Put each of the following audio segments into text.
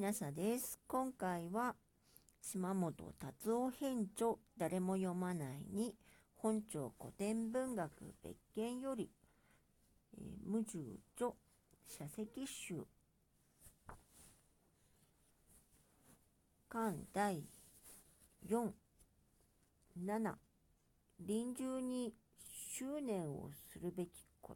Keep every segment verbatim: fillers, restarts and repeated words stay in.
ひなさです。今回は島本達夫編著誰も読まないに本朝古典文学別件より、えー、無住著社籍集巻だいよん、なな臨終に執念をするべきこと。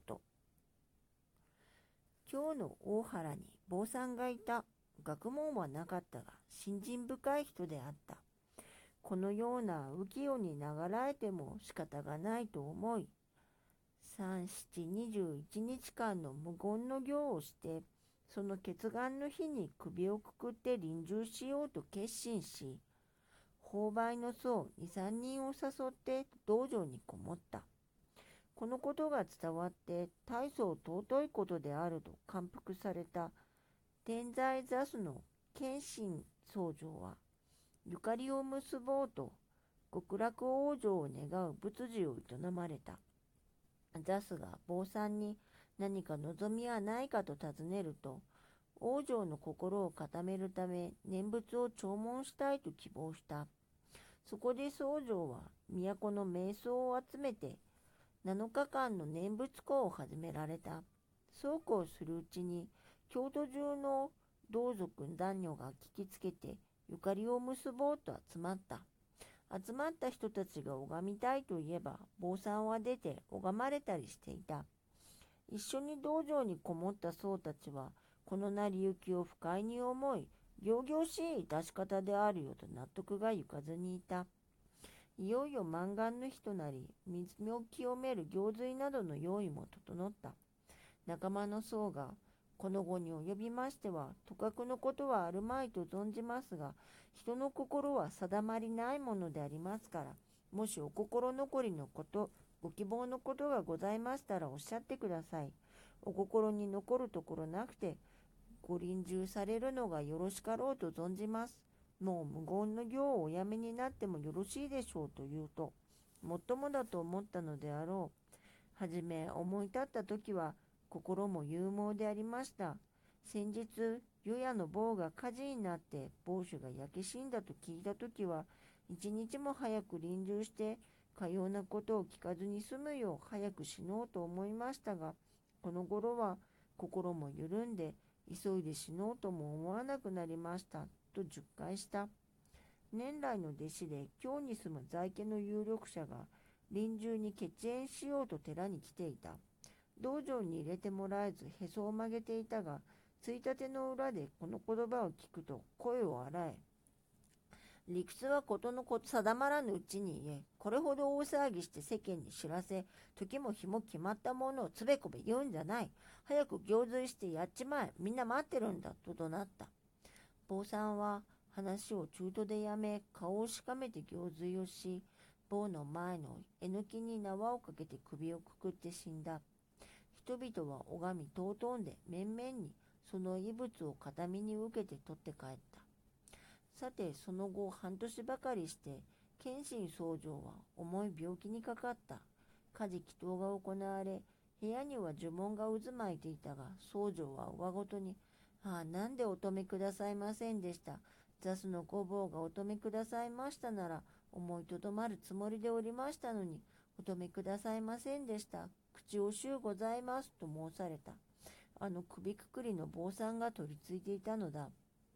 今日の大原に坊さんがいた。学問はなかったが信心深い人であった。このような浮世に流られても仕方がないと思い、三七二十一日間の無言の行をして、その決願の日に首をくくって臨終しようと決心し、購買の僧二三人を誘って道場にこもった。このことが伝わって大層尊いことであると感服された天台座主の謙信僧正は、ゆかりを結ぼうと極楽往生を願う仏事を営まれた。座主が坊さんに何か望みはないかと尋ねると、往生の心を固めるため念仏を弔問したいと希望した。そこで僧正は都の瞑想を集めてなのかかんの念仏講を始められた。そうこうするうちに京都中の同族男女が聞きつけてゆかりを結ぼうと集まった。集まった人たちが拝みたいといえば、坊さんは出て拝まれたりしていた。一緒に道場にこもった僧たちは、この成り行きを不快に思い、仰々しい致し方であるよと納得がいかずにいた。いよいよ満願の日となり、水を清める行水などの用意も整った。仲間の僧が、この後に及びましては、とかくのことはあるまいと存じますが、人の心は定まりないものでありますから、もしお心残りのこと、ご希望のことがございましたらおっしゃってください。お心に残るところなくて、ご臨終されるのがよろしかろうと存じます。もう無言の行をおやめになってもよろしいでしょうと言うと、もっともだと思ったのであろう。はじめ思い立った時は、心も勇猛でありました。先日、湯屋の坊が火事になって坊主が焼け死んだと聞いたときは、一日も早く臨終して、かようなことを聞かずに済むよう早く死のうと思いましたが、この頃は心も緩んで、急いで死のうとも思わなくなりました、と述懐した。年来の弟子で京に住む在家の有力者が臨終に血縁しようと寺に来ていた。道場に入れてもらえずへそを曲げていたが、ついたての裏でこの言葉を聞くと声を荒え、理屈は事のこと定まらぬうちに言え、これほど大騒ぎして世間に知らせ、時も日も決まったものをつべこべ言うんじゃない。早く行水してやっちまえ。みんな待ってるんだ。と怒鳴った。坊さんは話を中途でやめ、顔をしかめて行水をし、坊の前のえのきに縄をかけて首をくくって死んだ。人々は拝み尊んで面々にその遺物を形見に受けて取って帰った。さてその後半年ばかりして謙信僧正は重い病気にかかった。家事祈祷が行われ、部屋には呪文が渦巻いていたが、僧正は上ごとに、ああ、なんでお止めくださいませんでした。座主のご坊がお止めくださいましたなら、思いとどまるつもりでおりましたのに、お止めくださいませんでした。口をしゅうございますと申された。あの首くくりの坊さんが取り付いていたのだ。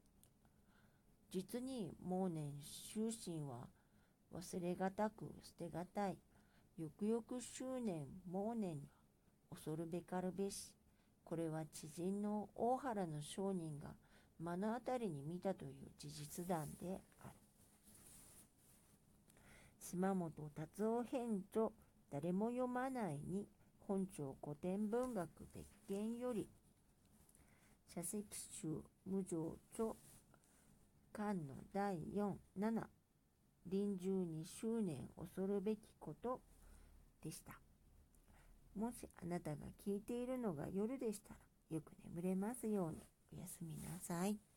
実に蒙念終身は忘れがたく捨てがたい。よくよく執念蒙念には恐るべかるべし。これは知人の大原の商人が目の当たりに見たという事実談である。島本達夫編著誰も読まないに本朝古典文学別件より、社籍集無常著巻のだいよん、なな臨終に執念恐るべきことでした。もしあなたが聞いているのが夜でしたら、よく眠れますように。おやすみなさい。